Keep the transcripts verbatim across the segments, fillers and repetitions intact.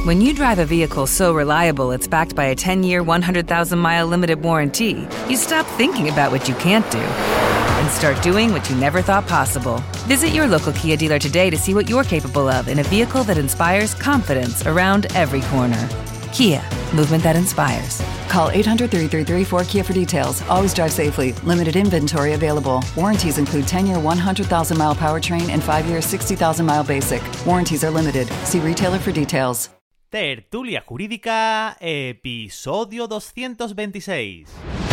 When you drive a vehicle so reliable it's backed by a ten-year, one hundred thousand mile limited warranty, you stop thinking about what you can't do and start doing what you never thought possible. Visit your local Kia dealer today to see what you're capable of in a vehicle that inspires confidence around every corner. Kia, movement that inspires. Call eight hundred, three three three, four K I A for details. Always drive safely. Limited inventory available. Warranties include ten-year, one hundred thousand mile powertrain and five-year, sixty thousand mile basic. Warranties are limited. See retailer for details. Tertulia Jurídica, episodio doscientos veintiséis.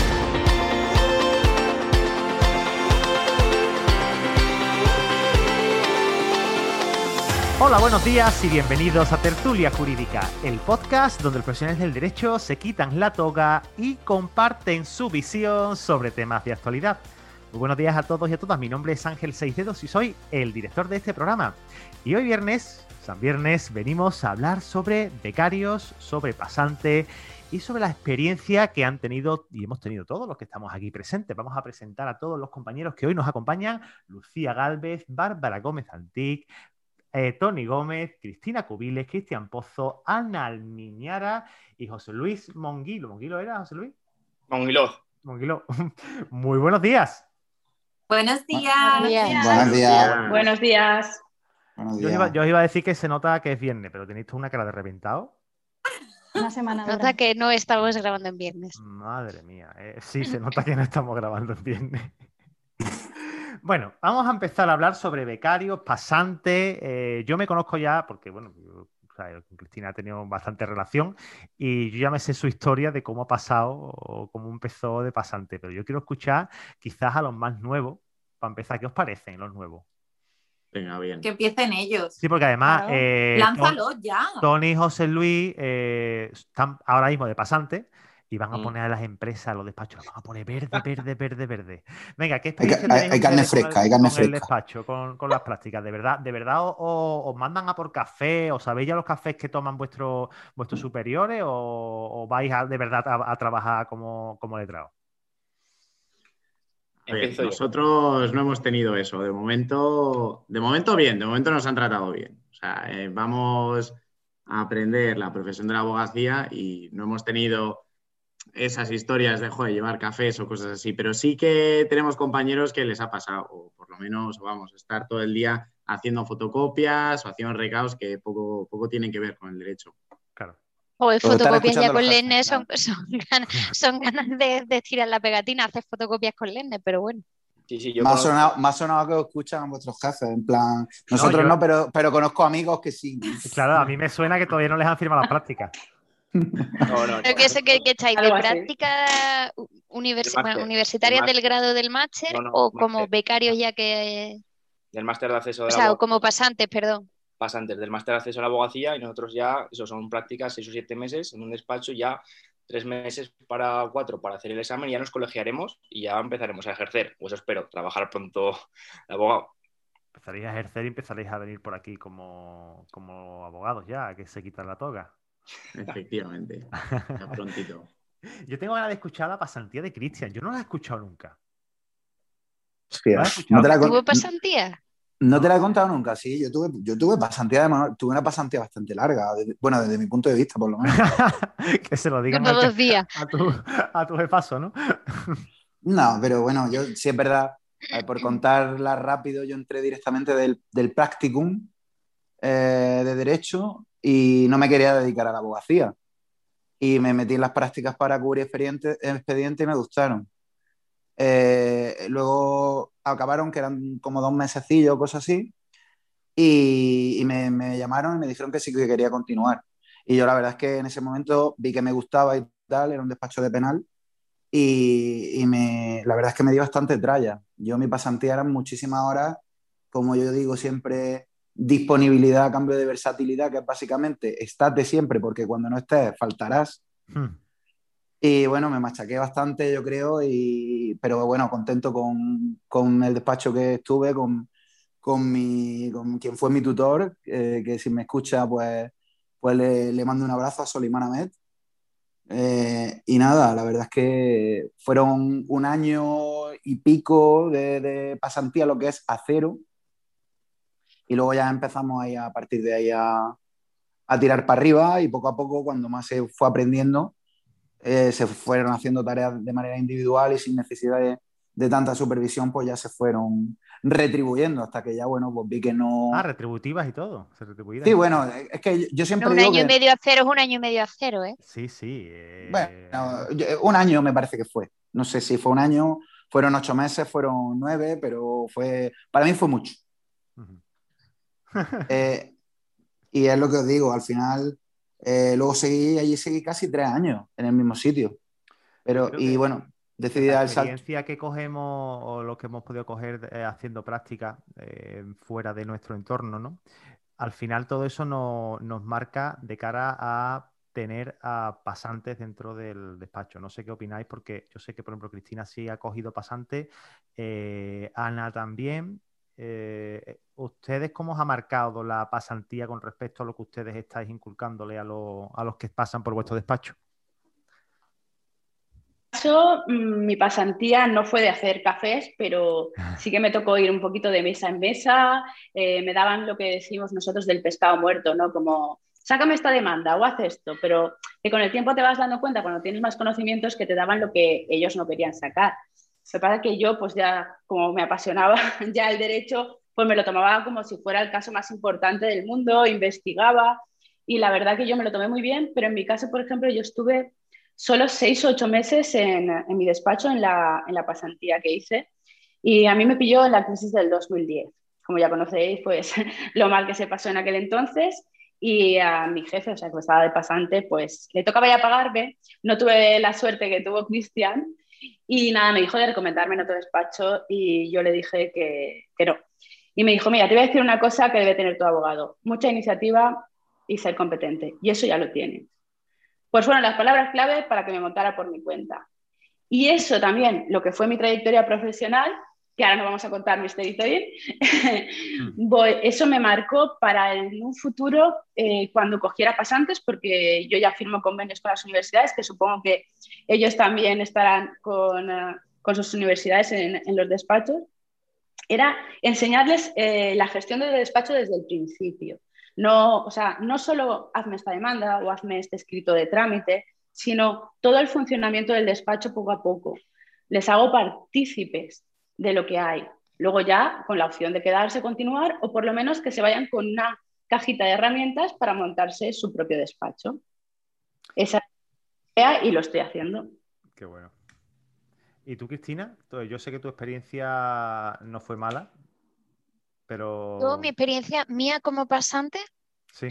Hola, buenos días y bienvenidos a Tertulia Jurídica, el podcast donde los profesionales del derecho se quitan la toga y comparten su visión sobre temas de actualidad. Muy buenos días a todos y a todas, mi nombre es Ángel Seis Dedos y soy el director de este programa. Y hoy viernes, San Viernes, venimos a hablar sobre becarios, sobre pasante y sobre la experiencia que han tenido y hemos tenido todos los que estamos aquí presentes. Vamos a presentar a todos los compañeros que hoy nos acompañan: Lucía Gálvez, Bárbara Gómez Antic, Eh, Tony Gómez, Cristina Cubiles, Cristian Pozo, Ana Almiñara y José Luis Monguilo. ¿Monguilo era, José Luis? Monguilo. Monguilo. Muy buenos días. Buenos días. Buenos días. Buenos días. Buenos días. Buenos Yo os, días. iba, yo os iba a decir que se nota que es viernes, pero tenéis toda una cara de reventado. Una semana Nota dura. que no estamos grabando en viernes. Madre mía. Eh, sí, se nota que no estamos grabando en viernes. Bueno, vamos a empezar a hablar sobre becarios, pasantes. Eh, yo me conozco ya porque, bueno, yo, o sea, con Cristina ha tenido bastante relación y yo ya me sé su historia de cómo ha pasado o cómo empezó de pasante. Pero yo quiero escuchar quizás a los más nuevos. Para empezar, ¿qué os parecen los nuevos? Venga, bien. Que empiecen ellos. Sí, porque además Claro. eh, Lánzalo ya. Tony y José Luis eh, están ahora mismo de pasante y van a Mm. poner a las empresas, a los despachos, los van a poner verde, verde, verde, verde. Venga, ¿qué Hay, experiencia ca- hay- tenéis hay carne ustedes con fresca, el- hay carne con el fresca. despacho, con, con las prácticas? ¿De verdad, de verdad os, os- os mandan a por café? ¿O sabéis ya los cafés que toman vuestros vuestros superiores? ¿O, o vais a, de verdad a, a trabajar como, como letrados? A ver, Empiezo yo. nosotros no hemos tenido eso. De momento, de momento bien, de momento nos han tratado bien. O sea, eh, vamos a aprender la profesión de la abogacía y no hemos tenido esas historias de joder, llevar cafés o cosas así, pero sí que tenemos compañeros que les ha pasado, o por lo menos, vamos, estar todo el día haciendo fotocopias o haciendo recados que poco, poco tienen que ver con el derecho. Claro. O Lo están fotocopias ya escuchando con los jefes, Lenne son, claro. son, ganas, son ganas de, de tirar la pegatina, hacer fotocopias con Lenne, pero bueno. Sí, sí, yo Me ha, conozco- sonado, me ha sonado que os escuchan vuestros jefes, en plan, nosotros yo- no, pero, pero conozco amigos que sí. Claro, a mí me suena que todavía no les han firmado las prácticas. No, no, Creo no. que eso que, que estáis de Algo así. práctica universi- Del máster, bueno, universitarias del del máster. grado del máster No, no, o como máster. becarios ya que... Del máster de acceso O de la sea, o abogacía, como pasantes, perdón. pasantes del máster de acceso a la abogacía y nosotros ya, eso son prácticas seis o siete meses en un despacho, ya tres meses para cuatro para hacer el examen y ya nos colegiaremos y ya empezaremos a ejercer. Pues espero, trabajar pronto de abogado. Empezaréis a ejercer y empezaréis a venir por aquí como, como abogados ya, que se quitan la toga. Efectivamente, ya prontito. Yo tengo ganas de escuchar la pasantía de Cristian. Yo no la he escuchado nunca. Hostia, ¿Lo has escuchado? no, te la, he con- ¿Tuvo pasantía? no te la he contado nunca, sí. Yo tuve, yo tuve pasantía de manual, tuve una pasantía bastante larga, desde- bueno, desde mi punto de vista, por lo menos. Que se lo digan Uno al o que- dos días. a tu, a tu jefazo, ¿no? No, pero bueno, yo sí es verdad, eh, por contarla rápido, yo entré directamente del, del practicum eh, de Derecho y no me quería dedicar a la abogacía. Y me metí en las prácticas para cubrir expedientes expediente y me gustaron. Eh, luego acabaron, que eran como dos mesecillos, cosas así, y, y me, me llamaron y me dijeron que sí que quería continuar. Y yo la verdad es que en ese momento vi que me gustaba y tal, era un despacho de penal, y, y me, la verdad es que me dio bastante tralla. Yo mi pasantía eran muchísimas horas, como yo digo siempre, disponibilidad a cambio de versatilidad, que es básicamente estate siempre, porque cuando no estés faltarás. Hmm. Y bueno, me machaqué bastante, yo creo, y, pero bueno, contento con, con el despacho que estuve, con, con, mi, con quien fue mi tutor, eh, que si me escucha, pues, pues le, le mando un abrazo a Solimán Ahmed. Eh, y nada, la verdad es que fueron un año y pico de, de pasantía, lo que es a cero, y luego ya empezamos ahí a partir de ahí a, a tirar para arriba y poco a poco, cuando más se fue aprendiendo, eh, se fueron haciendo tareas de manera individual y sin necesidad de, de tanta supervisión, pues ya se fueron retribuyendo hasta que ya, bueno, pues vi que no... Ah, retributivas y todo. Se retribuidas Sí, y bueno, todo. es que yo siempre No, un digo año y que... medio a cero es un año y medio a cero, ¿eh? Sí, sí. eh, Bueno, yo- un año me parece que fue. No sé si fue un año, fueron ocho meses, fueron nueve, pero fue... Para mí fue mucho. ujú. Eh, y es lo que os digo, al final, eh, luego seguí, allí seguí casi tres años en el mismo sitio. Yo Pero, creo y que, bueno, que decidí la dar el salto. experiencia que cogemos o lo que hemos podido coger eh, haciendo práctica eh, fuera de nuestro entorno, ¿no? Al final todo eso no- nos marca de cara a tener a pasantes dentro del despacho. No sé qué opináis, porque yo sé que, por ejemplo, Cristina sí ha cogido pasantes, eh, Ana también. Eh, ¿ustedes cómo os ha marcado la pasantía con respecto a lo que ustedes estáis inculcándole a, lo- a los que pasan por vuestro despacho? Caso, mm, mi pasantía no fue de hacer cafés, pero sí que me tocó ir un poquito de mesa en mesa. Eh, me daban lo que decimos nosotros del pescado muerto, ¿no? Como, sácame esta demanda o haz esto, pero que con el tiempo te vas dando cuenta, cuando tienes más conocimientos, que te daban lo que ellos no querían sacar. Lo que pasa es que yo, pues ya, como me apasionaba ya el derecho, pues me lo tomaba como si fuera el caso más importante del mundo, investigaba, y la verdad que yo me lo tomé muy bien, pero en mi caso, por ejemplo, yo estuve solo seis o ocho meses en, en mi despacho, en la, en la pasantía que hice, y a mí me pilló en la crisis del dos mil diez. Como ya conocéis, pues lo mal que se pasó en aquel entonces, y a mi jefe, o sea, que estaba de pasante, pues le tocaba ya pagarme. No tuve la suerte que tuvo Cristian, y nada, me dijo de recomendarme en otro despacho, y yo le dije que, que no. Y me dijo, mira, te voy a decir una cosa que debe tener tu abogado: mucha iniciativa y ser competente, y eso ya lo tiene. Pues fueron las palabras clave para que me montara por mi cuenta. Y eso también, lo que fue mi trayectoria profesional, que ahora no vamos a contar mi story time, eso me marcó para en un futuro, eh, cuando cogiera pasantes, porque yo ya firmo convenios con las universidades, que supongo que ellos también estarán con, uh, con sus universidades en, en los despachos, era enseñarles eh, la gestión del despacho desde el principio. No, o sea, no solo hazme esta demanda o hazme este escrito de trámite, sino todo el funcionamiento del despacho poco a poco. Les hago partícipes de lo que hay. Luego ya con la opción de quedarse, continuar, o por lo menos que se vayan con una cajita de herramientas para montarse su propio despacho. Esa es la idea y lo estoy haciendo. Qué bueno. ¿Y tú, Cristina? Yo sé que tu experiencia no fue mala, pero... Yo, mi experiencia mía como pasante, Sí.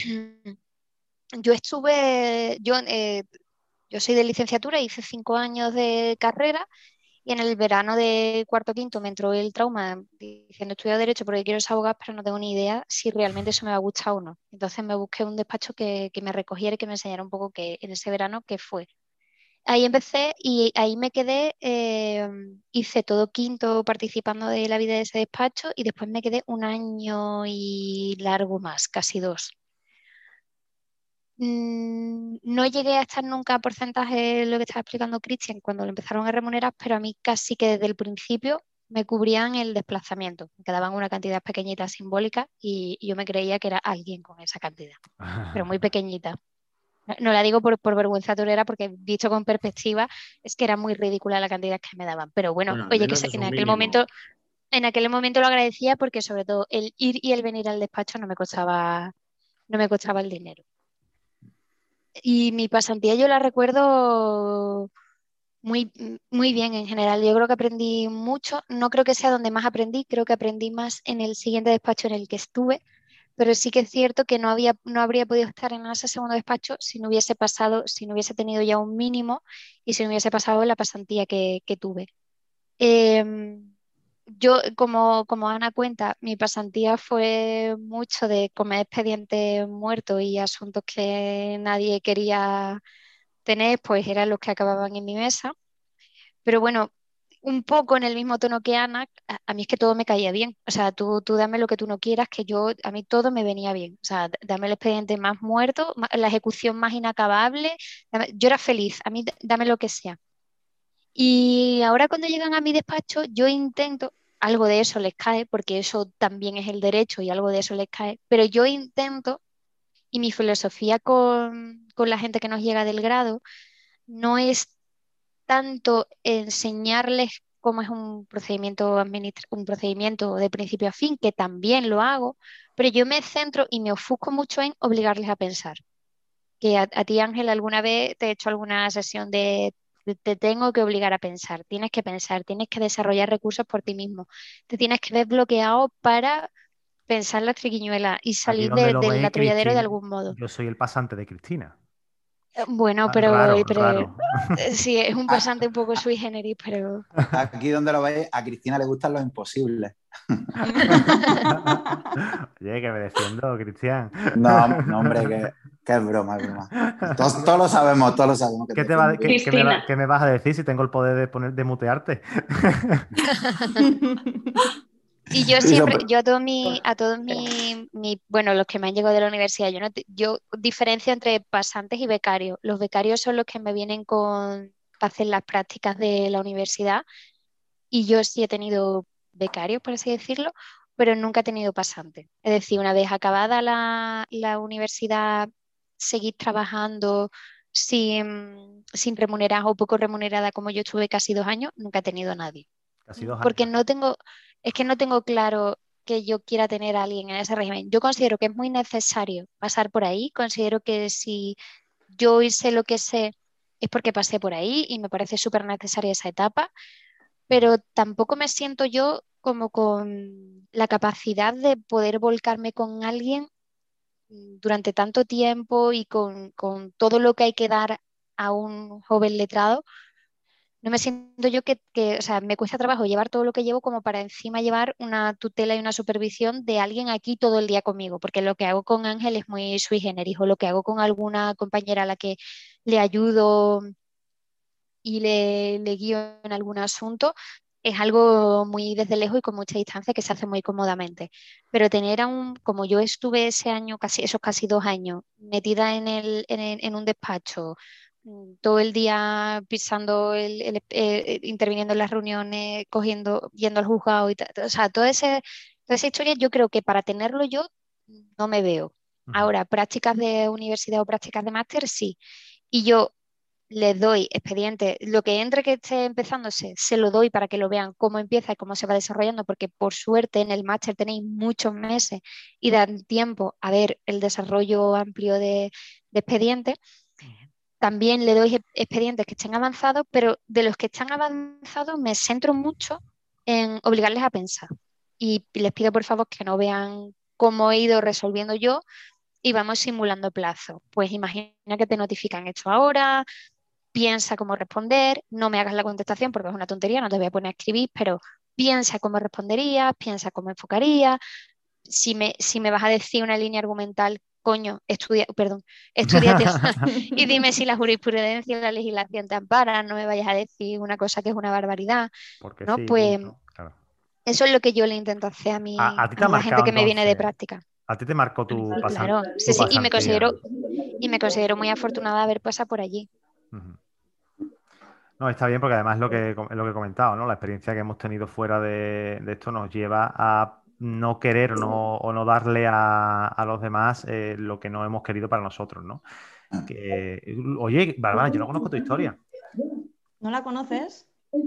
yo estuve, yo, eh, yo soy de licenciatura, hice cinco años de carrera, y en el verano de cuarto quinto me entró el trauma diciendo estudio Derecho porque quiero ser abogada, pero no tengo ni idea si realmente eso me va a gustar o no. Entonces me busqué un despacho que, que me recogiera y que me enseñara un poco que, en ese verano qué fue. Ahí empecé y ahí me quedé, eh, hice todo quinto participando de la vida de ese despacho, y después me quedé un año y largo más, casi dos. Mm, no llegué a estar nunca a porcentaje, lo que estaba explicando Cristian, cuando lo empezaron a remunerar, pero a mí casi que desde el principio me cubrían el desplazamiento. Me quedaban una cantidad pequeñita simbólica, y, y yo me creía que era alguien con esa cantidad, pero muy pequeñita. No, no la digo por, por vergüenza torera, porque visto con perspectiva es que era muy ridícula la cantidad que me daban. Pero bueno, Bueno, al oye, que menos se- es en un aquel mínimo. momento, en aquel momento lo agradecía, porque sobre todo el ir y el venir al despacho no me costaba, no me costaba el dinero. Y mi pasantía yo la recuerdo muy, muy bien en general. Yo creo que aprendí mucho. No creo que sea donde más aprendí, creo que aprendí más en el siguiente despacho en el que estuve, pero sí que es cierto que no había, no habría podido estar en ese segundo despacho si no hubiese pasado, si no hubiese tenido ya un mínimo, y si no hubiese pasado la pasantía que, que tuve. Eh, yo, como, como Ana cuenta, mi pasantía fue mucho de comer expedientes muertos y asuntos que nadie quería tener, pues eran los que acababan en mi mesa. Pero bueno, un poco en el mismo tono que Ana, a, a mí es que todo me caía bien. O sea, tú, tú dame lo que tú no quieras, que yo, a mí todo me venía bien. O sea, d- dame el expediente más muerto, ma- la ejecución más inacabable. dame- yo era feliz, a mí d- dame lo que sea. Y ahora cuando llegan a mi despacho, yo intento, algo de eso les cae, porque eso también es el derecho y algo de eso les cae, pero yo intento Y mi filosofía con, con la gente que nos llega del grado no es tanto enseñarles cómo es un procedimiento administra- un procedimiento de principio a fin, que también lo hago, pero yo me centro y me ofusco mucho en obligarles a pensar. Que a, a ti, Ángel, alguna vez te he hecho alguna sesión de te te tengo que obligar a pensar, tienes que pensar, tienes que desarrollar recursos por ti mismo, te tienes que ver bloqueado para pensar la triquiñuela y Aquí salir donde de- lo del veis, atolladero de Cristina, algún modo. yo soy el pasante de Cristina. Eh, Bueno, Ah, pero, Raro, pero raro. eh, sí, es un A- pasante un poco sui generis, pero Aquí donde lo veis, a Cristina le gustan los imposibles. Oye, que me defiendo, Cristian. No, no, hombre, que, que es broma, es broma. Todos, todos lo sabemos, todos lo sabemos que ¿Qué, te te va- defiendo. qué- qué me va- Cristina. qué me vas a decir si tengo el poder de poner de mutearte? y yo Y siempre, sobre- yo a todos mi, a todos mi, mi- bueno, los que me han llegado de la universidad, yo no, te- yo diferencio entre pasantes y becarios. Los becarios son los que me vienen con para hacer las prácticas de la universidad y yo sí he tenido becarios, por así decirlo, pero nunca he tenido pasantes. Es decir, una vez acabada la, la universidad, seguir trabajando sin, sin remunerar o poco remunerada como yo estuve casi dos años, nunca he tenido a nadie. Casi dos Porque años. no tengo, es que no tengo claro que yo quiera tener a alguien en ese régimen. Yo considero que es muy necesario pasar por ahí, considero que si yo hoy sé lo que sé es porque pasé por ahí y me parece súper necesaria esa etapa, pero tampoco me siento yo como con la capacidad de poder volcarme con alguien mm, durante tanto tiempo y con, con todo lo que hay que dar a un joven letrado. No me siento yo que, que, o sea, me cuesta trabajo llevar todo lo que llevo como para encima llevar una tutela y una supervisión de alguien aquí todo el día conmigo, porque lo que hago con Ángel es muy sui generis, o lo que hago con alguna compañera a la que le ayudo y le, le guío en algún asunto, es algo muy desde lejos y con mucha distancia que se hace muy cómodamente. Pero tener a un, como yo estuve ese año, casi, esos casi dos años, metida en, el, en, el- en un despacho, mm, todo el día pisando, el, el- eh, interviniendo en las reuniones, cogiendo, yendo al juzgado y tal. O sea, todo ese, toda esa historia yo creo que para tenerlo yo no me veo. Ujú. Ahora, prácticas de universidad o prácticas de máster, sí. Y yo les doy expediente, lo que entre que esté empezándose, se lo doy para que lo vean cómo empieza y cómo se va desarrollando, porque por suerte en el máster tenéis muchos meses y dan tiempo a ver el desarrollo amplio de, de expedientes. También le doy expedientes que estén avanzados, pero de los que están avanzados me centro mucho en obligarles a pensar. Y les pido por favor que no vean cómo he ido resolviendo yo y vamos simulando plazo. Pues imagina que te notifican esto ahora, piensa cómo responder, no me hagas la contestación porque es una tontería, no te voy a poner a escribir, pero piensa cómo respondería, piensa cómo enfocaría. Si me, si me vas a decir una línea argumental, coño, estudia, perdón, estudiatela y dime si la jurisprudencia y la legislación te amparan, no me vayas a decir una cosa que es una barbaridad, Porque ¿no? sí, Pues punto. Claro. eso es lo que yo le intento hacer a A, a mi, ti te a ha la gente marcado que me viene de entonces, práctica. a ti te marcó tu, Sí, pasan- claro, sí, tu sí, y me pasantía. considero, y me considero muy afortunada de haber pasado por allí. Ujú. No, está bien porque además lo que, es lo que he comentado, ¿no? La experiencia que hemos tenido fuera de, de esto nos lleva a no querer o no, o no darle a, a los demás eh, lo que no hemos querido para nosotros, ¿no? Que, oye, Bárbara, yo no conozco tu historia. ¿No la conoces?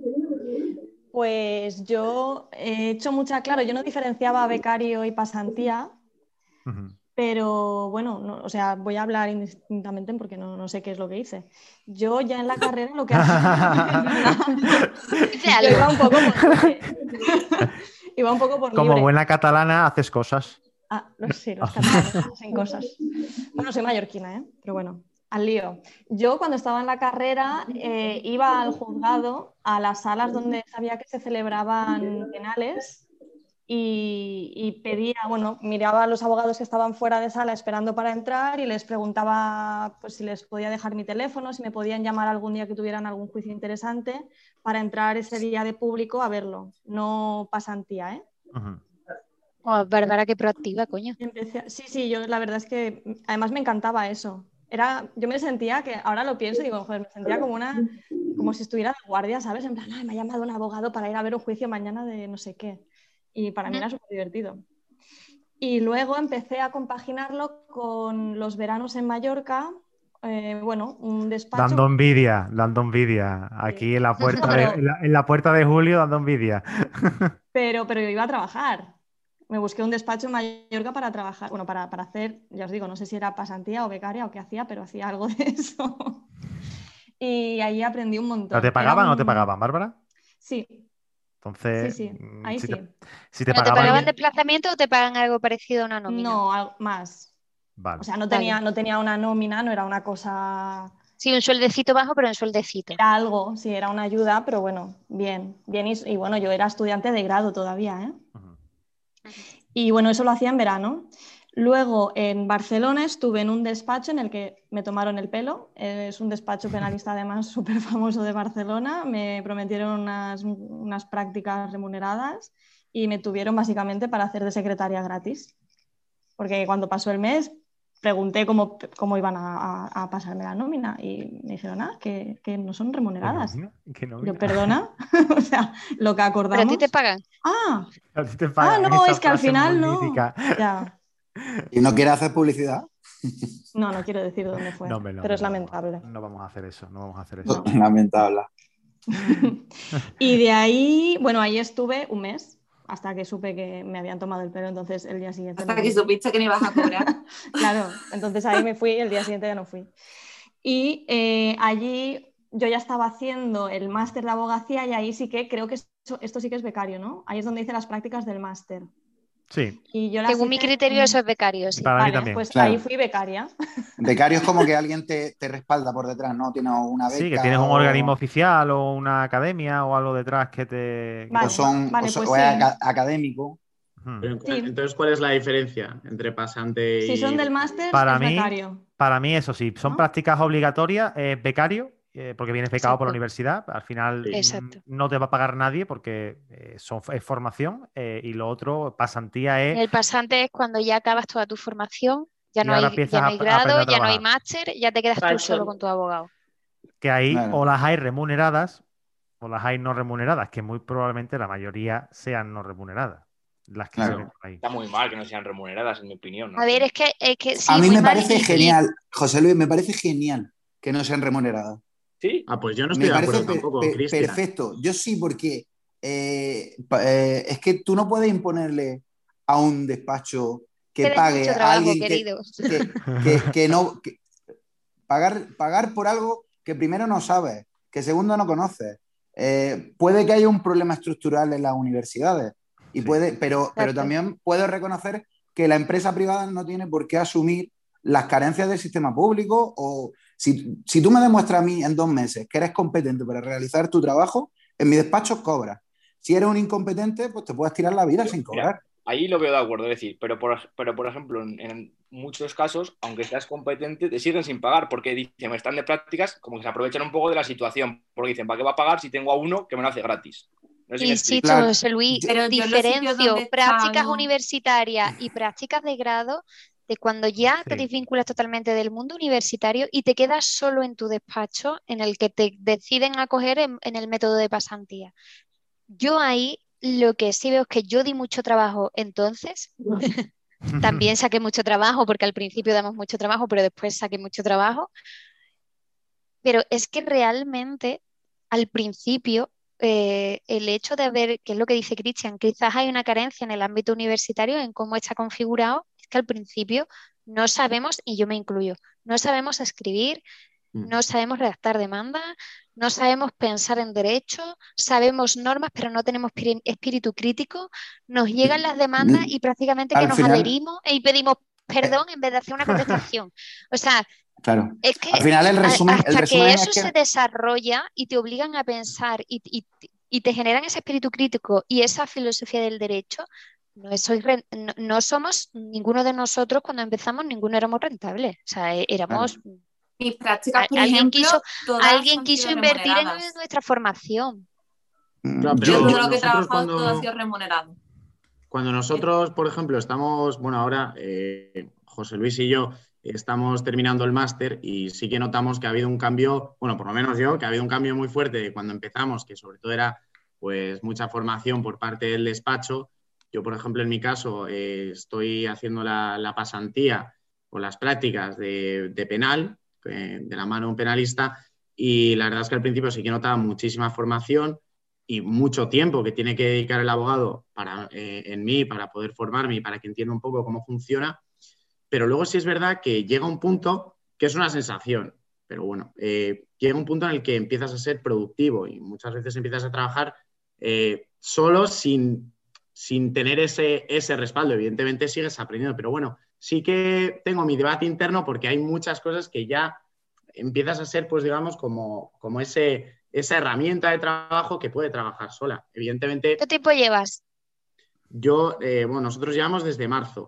Pues yo he hecho mucha, claro, yo no diferenciaba becario y pasantía, Ujú. pero bueno, no, o sea, voy a hablar indistintamente porque no, no sé qué es lo que hice. Yo ya en la carrera lo que hacía, Dice yo algo. iba un poco por libre. Iba un poco por Como libre. buena catalana haces cosas. Ah, los, sí, los catalanes hacen cosas. Bueno, soy mallorquina, ¿eh? Pero bueno, al lío. Yo cuando estaba en la carrera eh, iba al juzgado, a las salas donde sabía que se celebraban penales y, y pedía, bueno, miraba a los abogados que estaban fuera de sala esperando para entrar y les preguntaba pues, si les podía dejar mi teléfono, si me podían llamar algún día que tuvieran algún juicio interesante para entrar ese día de público a verlo. No pasantía, ¿eh? Ujú. Oh, Bárbara, qué proactiva, coño. Empecé a- Sí, sí, yo la verdad es que mm, además me encantaba eso. Era, yo me sentía que, ahora lo pienso y digo, joder, me sentía como una, como si estuviera de guardia, ¿sabes? En plan, "Ay, me ha llamado un abogado para ir a ver un juicio mañana de no sé qué". Y para mí Ujú. era súper divertido. Y luego empecé a compaginarlo con los veranos en Mallorca. Eh, bueno, un despacho. Dando envidia, dando envidia. Aquí Sí. en la puerta, No, de, pero- en la, en la puerta de Julio dando envidia. Pero, pero yo iba a trabajar. Me busqué un despacho en Mallorca para trabajar, bueno, para, para hacer, ya os digo, no sé si era pasantía o becaria o qué hacía, pero hacía algo de eso. Y ahí aprendí un montón. ¿Pero te Era pagaban o no te un- pagaban, Bárbara? Sí, sí, Entonces, sí, mm, ahí si sí. te, si te ¿Pero te pagaban pagaban bien, desplazamiento o te pagan algo parecido a una nómina? No, algo más. vale. O sea, no Vale. tenía, no tenía una nómina, no era una cosa. Sí, un sueldecito bajo, pero un sueldecito. Era algo, sí, era una ayuda, pero bueno, bien, bien. Y, y bueno, yo era estudiante de grado todavía, ¿eh? Ujú. Y bueno, eso lo hacía en verano. Luego en Barcelona estuve en un despacho en el que me tomaron el pelo. Es un despacho penalista además súper famoso de Barcelona. Me prometieron unas, unas prácticas remuneradas y me tuvieron básicamente para hacer de secretaria gratis. Porque cuando pasó el mes pregunté cómo, cómo iban a, a- a pasarme la nómina y me dijeron, ah, que, que no son ¿Qué remuneradas. nómina? ¿Qué Yo, nómina? perdona, o sea, lo que ¿Pero a ti acordamos. te pagan? Ah, A ti te ah, pagan no, esa es que al frase muy final no. mítica. Ya. ¿Y no quiere hacer publicidad? No, no quiero decir dónde fue, No, hombre, no, pero hombre, es no, lamentable. no vamos a hacer eso, no vamos a hacer eso. No. Lamentable. Y de ahí, bueno, ahí estuve un mes hasta que supe que me habían tomado el pelo, entonces el día siguiente Hasta no que fui. supiste que no ibas a cobrar. Claro, entonces ahí me fui y el día siguiente ya no fui. Y eh, allí yo ya estaba haciendo el máster de abogacía y ahí sí que creo que esto, esto sí que es becario, ¿no? Ahí es donde hice las prácticas del máster. Sí, Y yo las Según mi hice criterio, en- eso es becario, y sí. para mí Vale, también. pues Claro. ahí fui becaria. Becario es como que alguien te, te respalda por detrás, ¿no? Tienes una beca Sí, que tienes un o, organismo oficial o una academia o algo detrás que te... que te- o Vale, son, vale, o son- pues o sí. es aca- académico. Ujú. Pero, Sí. entonces, ¿cuál es la diferencia entre pasante Si y son del becario? máster, Para es mí, becario. para mí, eso sí, son ¿No? prácticas obligatorias, es becario, eh, porque vienes becado por la Exacto. universidad. Al final Sí. mm, Exacto. no te va a pagar nadie porque eh, son, es formación. eh, y lo otro, pasantía es... El pasante es cuando ya acabas toda tu formación, ya Y no ahora hay, empiezas ya no a, hay a aprender grado, a ya no hay trabajar. máster, ya te quedas tú Exacto. solo con tu abogado. Que ahí Claro. o las hay remuneradas o las hay no remuneradas, que muy probablemente la mayoría sean no remuneradas. Las que Claro. salen por ahí. Está muy mal que no sean remuneradas, en mi opinión. ¿no? A ver, es que, es que A sí, mí muy me mal parece y- y- genial, José Luis, me parece genial que no sean remuneradas. ¿Sí? Ah, pues yo no estoy Me de parece acuerdo per- tampoco, per- Cristian. perfecto. Yo sí, porque eh, pa- eh, es que tú no puedes imponerle a un despacho que Tienes pague mucho a trabajo, alguien que, querido. que, que- que no... que- pagar, pagar por algo que primero no sabes, que segundo no conoces. Eh, puede que haya un problema estructural en las universidades, y Sí. puede, pero, pero Exacto. también puedo reconocer que la empresa privada no tiene por qué asumir las carencias del sistema público. O si, si tú me demuestras a mí en dos meses que eres competente para realizar tu trabajo, en mi despacho cobras. Si eres un incompetente, pues te puedes tirar la vida sin Mira, cobrar. ahí lo veo de acuerdo, es decir, pero por, pero por ejemplo, en, en muchos casos, aunque seas competente, te siguen sin pagar porque dicen, me están de prácticas, como que se aprovechan un poco de la situación, porque dicen, ¿para qué va a pagar si tengo a uno que me lo hace gratis? No sé si me explico. Insisto, Claro. José Luis, Yo- Pero yo en los sitios diferencio donde prácticas están- universitarias y prácticas de grado de cuando ya te Sí. desvinculas totalmente del mundo universitario y te quedas solo en tu despacho en el que te deciden acoger en, en el método de pasantía. Yo ahí lo que sí veo es que yo di mucho trabajo entonces. También saqué mucho trabajo porque al principio damos mucho trabajo, pero después saqué mucho trabajo. Pero es que realmente al principio eh, el hecho de haber, que es lo que dice Cristian, quizás hay una carencia en el ámbito universitario en cómo está configurado, es que al principio no sabemos, y yo me incluyo, no sabemos escribir, Mm. no sabemos redactar demandas, no sabemos pensar en derecho, sabemos normas, pero no tenemos piri- espíritu crítico, nos llegan las demandas y prácticamente que Al nos final- adherimos y pedimos perdón en vez de hacer una contestación. O sea, Claro. es que Al final el a- resumen, hasta el resumen que es eso que... se desarrolla y te obligan a pensar y, y- y te generan ese espíritu crítico y esa filosofía del derecho, no, soy ren- no, no somos ninguno de nosotros cuando empezamos, ninguno éramos rentables. O sea, eh, éramos... Mis prácticas, a- por alguien ejemplo, quiso, todas alguien han quiso sido invertir en remuneradas. nuestra formación. Claro, Yo pero todo lo que he nosotros trabajado cuando- todo ha sido remunerado. Cuando nosotros, por ejemplo, estamos, bueno, ahora eh, José Luis y yo estamos terminando el máster y sí que notamos que ha habido un cambio, bueno, por lo menos yo, que ha habido un cambio muy fuerte de cuando empezamos, que sobre todo era pues mucha formación por parte del despacho, Yo, por ejemplo, en mi caso, eh, estoy haciendo la, la pasantía o las prácticas de, de penal, eh, de la mano de un penalista, y la verdad es que al principio sí que notaba muchísima formación y mucho tiempo que tiene que dedicar el abogado para, eh, en mí para poder formarme y para que entienda un poco cómo funciona, pero luego sí es verdad que llega un punto que es una sensación, pero bueno, eh, llega un punto en el que empiezas a ser productivo y muchas veces empiezas a trabajar eh, solo sin, sin tener ese, ese respaldo. Evidentemente sigues aprendiendo, pero bueno, sí que tengo mi debate interno porque hay muchas cosas que ya empiezas a ser, pues digamos, como, como ese, esa herramienta de trabajo que puede trabajar sola. Evidentemente, ¿Qué tiempo llevas? yo, eh, bueno, nosotros llevamos desde marzo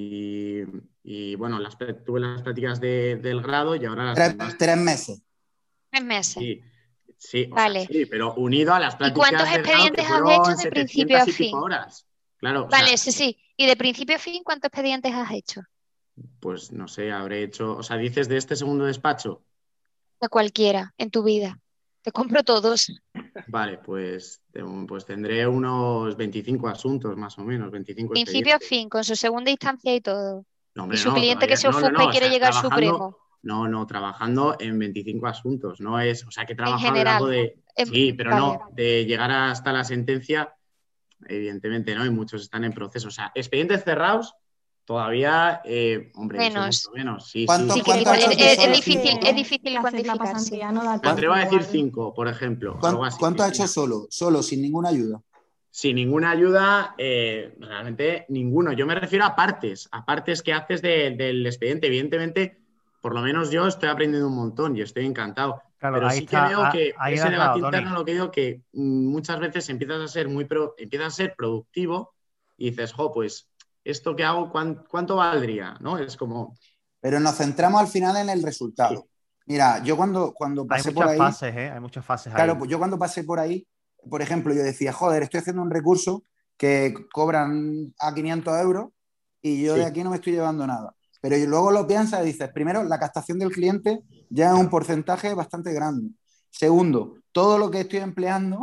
y, y, bueno, las, tuve las prácticas de, del grado y ahora las Tres, demás. tres meses. Tres meses. Sí, sí, o Vale. sea, sí, pero unido a las ¿Y cuántos prácticas de grado que expedientes has fueron hecho de principio a setecientas y pico fin? horas. Claro, o Vale, sea, sí, sí. ¿Y de principio a fin cuántos expedientes has hecho? pues no sé, habré hecho, o sea, dices de este segundo despacho. De cualquiera en tu vida. Te compro todos. Vale, pues, pues tendré unos veinticinco asuntos más o menos, veinticinco Principio a expedientes. fin, con su segunda instancia y todo. No, Y hombre, su no, cliente que todavía, se no, no, ofusca no, y o quiere sea, llegar al trabajando, Supremo. no, no, trabajando en veinticinco asuntos, no es, o sea, que he En trabajado a lo largo general. de, Em, sí, pero vale. no, de llegar hasta la sentencia, evidentemente no, y muchos están en proceso, o sea, expedientes cerrados, todavía, eh, hombre, eso Menos. mucho menos, sí, ¿Cuánto- sí. Sí, que ¿Cuánto igual has es, hecho tú es- es sola? difícil, que- es difícil que haces la cuantificar, sí. pasantía, no da Me tiempo atrevo a decir igual. cinco, por ejemplo, algo ¿Cuánto, así. cuánto has Cristina. hecho solo? Solo, sin ninguna ayuda. Sin ninguna ayuda, eh, realmente ninguno. Yo me refiero a partes, a partes que haces de- del expediente. Evidentemente, por lo menos yo estoy aprendiendo un montón y estoy encantado. Claro, Pero ahí sí que está, veo ah, que ahí ese has dado, debate Tony. interno, lo que digo, que mm, muchas veces empiezas a ser muy pro- empiezas a ser productivo y dices, jo, pues esto que hago, ¿cuán- ¿cuánto valdría? ¿No? Es como, Pero nos centramos al final en el sí, resultado. Mira, yo cuando, cuando Hay pasé por muchas ahí, fases, ¿eh? Hay muchas fases claro, ahí. pues yo cuando pasé por ahí, por ejemplo, yo decía, joder, estoy haciendo un recurso que cobran a quinientos euros y yo de sí, aquí no me estoy llevando nada. Pero luego lo piensas y dices, primero, la captación del cliente ya es un porcentaje bastante grande. Segundo, todo lo que estoy empleando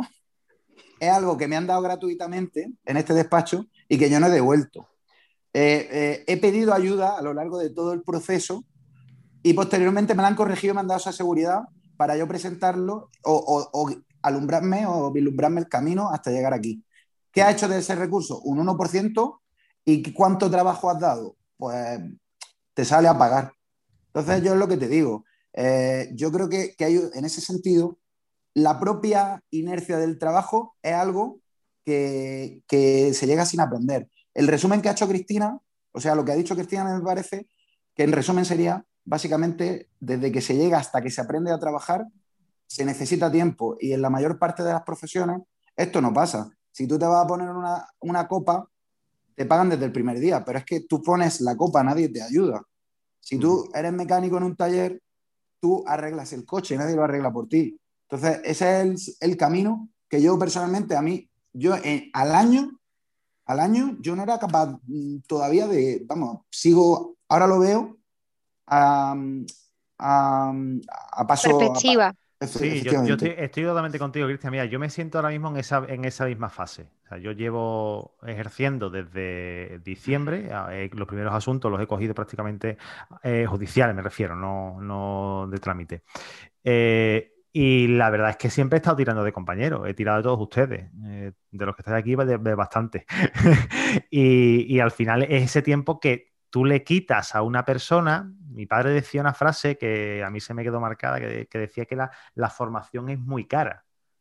es algo que me han dado gratuitamente en este despacho y que yo no he devuelto. Eh, eh, he pedido ayuda a lo largo de todo el proceso y posteriormente me la han corregido y me han dado esa seguridad para yo presentarlo o, o, o alumbrarme o vislumbrarme el camino hasta llegar aquí. ¿Qué ha hecho de ese recurso? Un uno por ciento. ¿Y cuánto trabajo has dado? Pues te sale a pagar. Entonces yo es lo que te digo. Eh, yo creo que, que hay, en ese sentido, la propia inercia del trabajo es algo que, que se llega sin aprender. El resumen que ha hecho Cristina, o sea, lo que ha dicho Cristina me parece que en resumen sería, básicamente, desde que se llega hasta que se aprende a trabajar, se necesita tiempo y en la mayor parte de las profesiones esto no pasa. Si tú te vas a poner una, una copa, te pagan desde el primer día, pero es que tú pones la copa, nadie te ayuda. Si tú eres mecánico en un taller, tú arreglas el coche, nadie lo arregla por ti. Entonces, ese es el, el camino que yo personalmente, a mí, yo eh, al año, al año, yo no era capaz mm, todavía de, vamos, sigo, ahora lo veo a, a, a paso, a, Perspectiva. efe- Sí, yo, yo efectivamente. estoy, estoy totalmente contigo, Cristian. Mira, yo me siento ahora mismo en esa, en esa misma fase. O sea, yo llevo ejerciendo desde diciembre. eh, los primeros asuntos los he cogido prácticamente eh, judiciales, me refiero, no, no de trámite. Eh, y la verdad es que siempre he estado tirando de compañeros. He tirado de todos ustedes. eh, de los que estáis aquí, de, de bastante. y, y al final es ese tiempo que tú le quitas a una persona. Mi padre decía una frase que a mí se me quedó marcada, que, que decía que la, la formación es muy cara.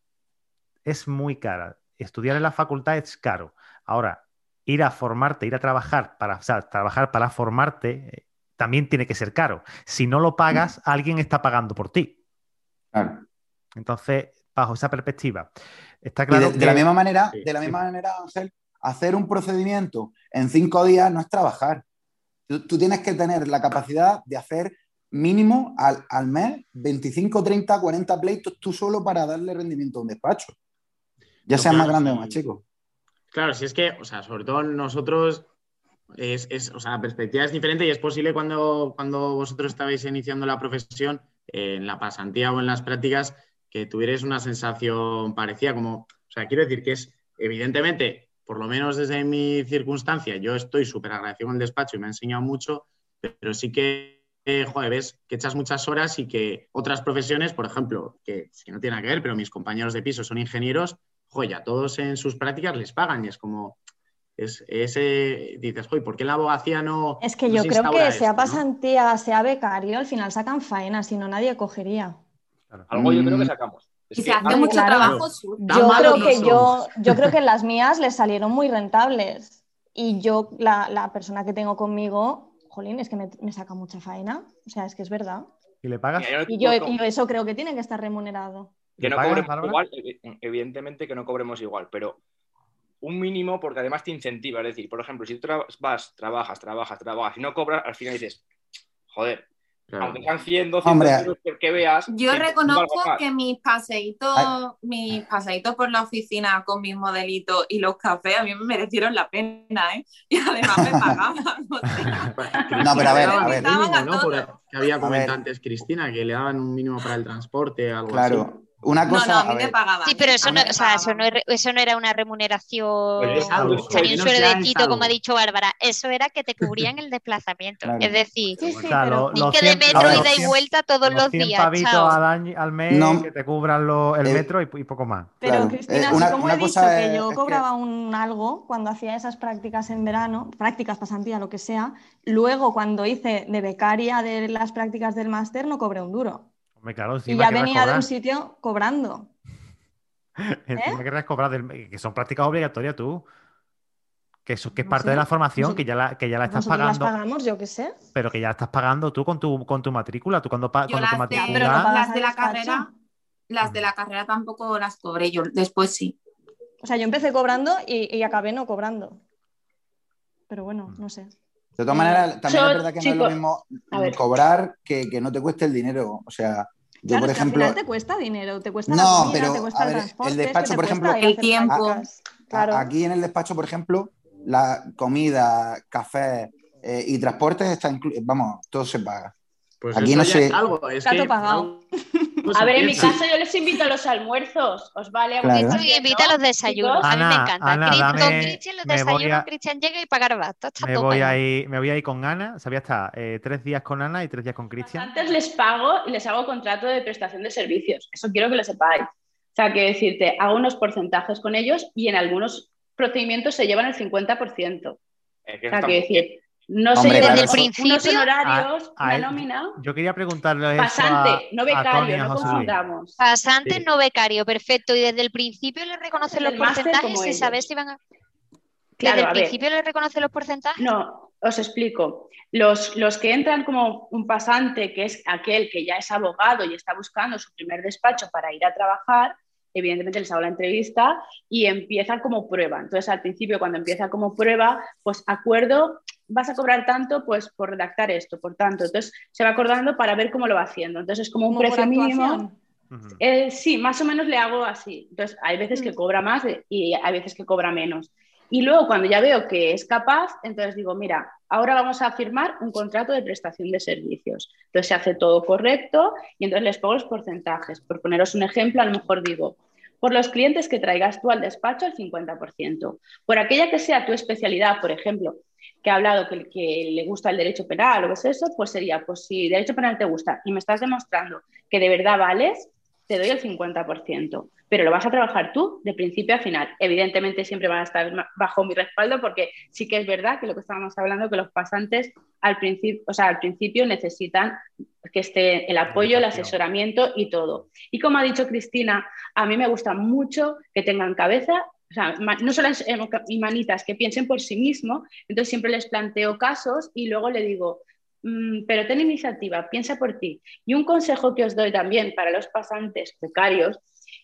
Es muy cara. Estudiar en la facultad es caro. Ahora, ir a formarte, ir a trabajar para, o sea, trabajar para formarte, eh, también tiene que ser caro. Si no lo pagas, alguien está pagando por ti. Claro. Entonces, bajo esa perspectiva, está Y claro de, de que... la misma manera, sí, de la sí. misma manera, Ángel, hacer un procedimiento en cinco días no es trabajar. Tú, tú tienes que tener la capacidad de hacer mínimo al, al mes veinticinco, treinta, cuarenta pleitos tú solo para darle rendimiento a un despacho. Ya no, sea más claro, grande o sí. más chico. Claro, si es que, o sea, sobre todo nosotros, es, es, o sea, la perspectiva es diferente y es posible cuando, cuando vosotros estabais iniciando la profesión, eh, en la pasantía o en las prácticas, que tuvierais una sensación parecida, como, o sea, quiero decir que es, evidentemente, por lo menos desde mi circunstancia, yo estoy súper agradecido con el despacho y me ha enseñado mucho, pero sí que, eh, joder, ves que echas muchas horas y que otras profesiones, por ejemplo, que, que no tiene nada que ver, pero mis compañeros de piso son ingenieros, joder, ya todos en sus prácticas les pagan y es como, es, ese, dices, joder, ¿por qué la abogacía no Es que no yo se creo instaura que sea esto, ¿no? pasantía, sea becario, al final sacan faena, si no nadie cogería. Algo yo creo que Mm, sacamos. Es Y se que hace algo- mucho claro. trabajo sucio. Tan Yo malos creo no que yo, somos. yo creo que las mías les salieron muy rentables. Y yo, la, la persona que tengo conmigo, jolín, es que me, me saca mucha faena. O sea, es que es verdad. ¿Y le pagas? Mira, yo no- Y yo, no- y yo eso creo que tiene que estar remunerado. que ¿Le no pagas, cobremos Bárbara? igual, evi- evidentemente que no cobremos igual, pero un mínimo porque además te incentiva. Es decir, por ejemplo, si tú tra- vas, trabajas, trabajas, trabajas y no cobras, al final dices, joder, Claro. aunque sean cien, doscientos Hombre. euros que, que veas, Yo te incentiva reconozco algo más. que mis paseitos, mis paseitos por la oficina con mis modelitos y los cafés a mí me merecieron la pena, ¿eh? Y además me pagaban. O sea, No, pero a ver, me a ver. invitaban Mínimo, a ¿no? Por- todo. que había comentado ver. antes Cristina, que le daban un mínimo para el transporte, algo Claro, una No, cosa, no, a a mí me ver, pagaban. Sí, pero ¿eh? eso A mí no, me o sea, eso pagaban. no, es- eso no era una remuneración. Pues es algo, por lo Salía un menos ya es sueldecito, como ha algo. dicho Bárbara. Eso era que te cubrían el desplazamiento. Claro. Es decir, Sí, O sí, sea, pero lo- los ticket de cien, metro ver, ida y cien- vuelta todos los los cien días. pavitos Chao. al, año, al mes No, que te cubran lo- el eh, metro y, y poco más. Pero claro. Cristina, Eh, así una- como una he dicho cosa que es- yo es que- cobraba un algo cuando hacía esas prácticas en verano, prácticas, pasantía, lo que sea, luego cuando hice de becaria de las prácticas del máster no cobré un duro. Hombre, claro, Y encima ya querrás venía de cobrar. un sitio cobrando. Encima querrás cobrar del- que son prácticas obligatorias tú. Que eso que es No parte sé. de la formación, Nosotros- que ya la, que ya la estás Nosotros las pagando, pagamos, yo qué sé. pero que ya la estás pagando tú con tu, con tu matrícula. Tú cuando, pa- Yo cuando te las de, pero no matriculas. pagas las al de la despacho. carrera, las de la carrera tampoco las cobré yo, después sí. O sea, yo empecé cobrando y, y acabé no cobrando. Pero bueno, no sé. de todas maneras, también Yo, es verdad que no es lo chicos, mismo a ver. cobrar que, que no te cueste el dinero. O sea, yo, Claro, por es que ejemplo, al final te cuesta dinero, te cuesta la no, comida, pero te cuesta a el ver, transporte, el es que despacho, te por cuesta ejemplo, ir a El hacer tiempo. prácticas. a- Claro. aquí en el despacho, por ejemplo, la comida, café eh, y transporte está inclu- vamos, todo se paga. Pues Aquí eso no ya sé. es algo. Es Está que todo pagado. algo se A ver, en mi empieza. caso yo les invito a los almuerzos. ¿Os vale? Claro. Tú invita a los desayunos. chicos? A mí me Ana, encanta. Ana, Cris- dame- con Cristian los me voy desayunos, a- Cristian llega y pagar basta. Está Me todo voy, a pagado. ir, me voy a ir con Ana. Sabía estar eh, tres días con Ana y tres días con Cristian. Antes les pago y les hago contrato de prestación de servicios. Eso quiero que lo sepáis. O sea, quiero decirte, hago unos porcentajes con ellos y en algunos procedimientos se llevan el cincuenta por ciento. Es que O sea, está quiero muy bien. decir, no se Hombre, llevan claro, unos- eso- unos principio- honorarios, A- a una él- nómina. Yo quería preguntarle eso a, Pasante, no a becario, Tony y a no José Luis. confundamos. Pasante, Sí. no becario, perfecto. Y desde el principio le reconocen En los el máster porcentajes como sin ellos. saber si van a. Claro, Desde el a ver. principio le reconocen los porcentajes. No, os explico. Los, los que entran como un pasante, que es aquel que ya es abogado y está buscando su primer despacho para ir a trabajar, evidentemente les hago la entrevista y empiezan como prueba. Entonces, al principio, cuando empieza como prueba, pues acuerdo, vas a cobrar tanto pues por redactar esto, por tanto. Entonces, se va acordando para ver cómo lo va haciendo. Entonces, es como un Como por precio mínimo. actuación. Ujú. Eh, sí, más o menos le hago así. Entonces, hay veces que Mm. cobra más y hay veces que cobra menos. Y luego, cuando ya veo que es capaz, entonces digo, mira, ahora vamos a firmar un contrato de prestación de servicios. Entonces, se hace todo correcto y entonces les pongo los porcentajes. Por poneros un ejemplo, a lo mejor digo, por los clientes que traigas tú al despacho, el cincuenta por ciento. Por aquella que sea tu especialidad, por ejemplo, que ha hablado que, que le gusta el derecho penal o qué es eso, pues sería, pues si derecho penal te gusta y me estás demostrando que de verdad vales, te doy el cincuenta por ciento, pero lo vas a trabajar tú de principio a final. Evidentemente siempre van a estar bajo mi respaldo porque sí que es verdad que lo que estábamos hablando, que los pasantes al principio, o sea, al principio necesitan que esté el apoyo, el asesoramiento y todo. Y como ha dicho Cristina, a mí me gusta mucho que tengan cabeza, o sea, no solo y manitas, que piensen por sí mismos. Entonces siempre les planteo casos y luego le digo, pero ten iniciativa, piensa por ti. Y un consejo que os doy también para los pasantes becarios,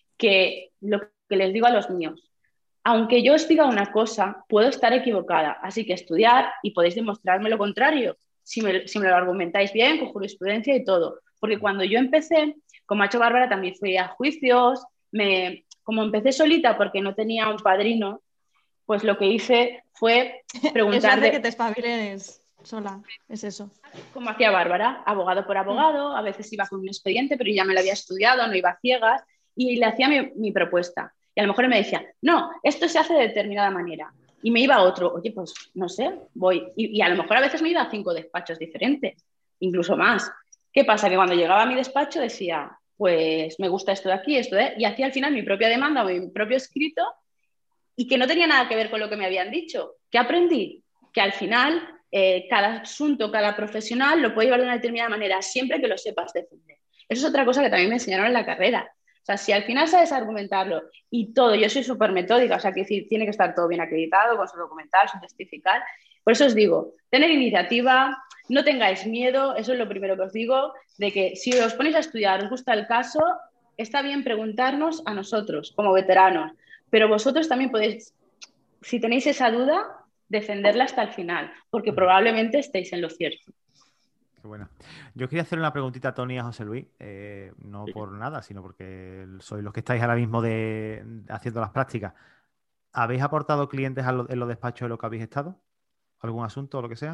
que lo que les digo a los míos, aunque yo os diga una cosa, puedo estar equivocada, así que estudiar y podéis demostrarme lo contrario, si me, si me lo argumentáis bien, con jurisprudencia y todo. Porque cuando yo empecé, como ha hecho Bárbara, también fui a juicios, me, como empecé solita porque no tenía un padrino, pues lo que hice fue preguntar... Eso hace que te espabiles sola, es eso. Como hacía Bárbara, abogado por abogado, a veces iba con un expediente, pero ya me lo había estudiado, no iba a ciegas, y le hacía mi, mi propuesta. Y Y a lo mejor él me decía, no, esto se hace de determinada manera. Y me iba a otro, oye, pues no sé, voy. Y, y a lo mejor a veces me iba a cinco despachos diferentes, incluso más. ¿Qué pasa? Que cuando llegaba a mi despacho decía, pues me gusta esto de aquí, esto de... Y hacía al final mi propia demanda o mi propio escrito y que no tenía nada que ver con lo que me habían dicho. ¿Qué aprendí? Que al final eh, cada asunto, cada profesional lo puede llevar de una determinada manera, siempre que lo sepas defender. Eso es otra cosa que también me enseñaron en la carrera. O sea, si al final sabes argumentarlo y todo, yo soy súper metódica, o sea, que decir, tiene que estar todo bien acreditado, con su documental, su testificar. Por eso os digo, tener iniciativa, no tengáis miedo, eso es lo primero que os digo, de que si os ponéis a estudiar, os gusta el caso, está bien preguntarnos a nosotros, como veteranos, pero vosotros también podéis, si tenéis esa duda, defenderla hasta el final, porque probablemente estéis en lo cierto. Qué bueno. Yo quería hacer una preguntita a Tony y a José Luis, eh, no sí. por nada, sino porque sois los que estáis ahora mismo de, haciendo las prácticas. ¿Habéis aportado clientes a lo, en los despachos en los que habéis estado? ¿Algún asunto o lo que sea?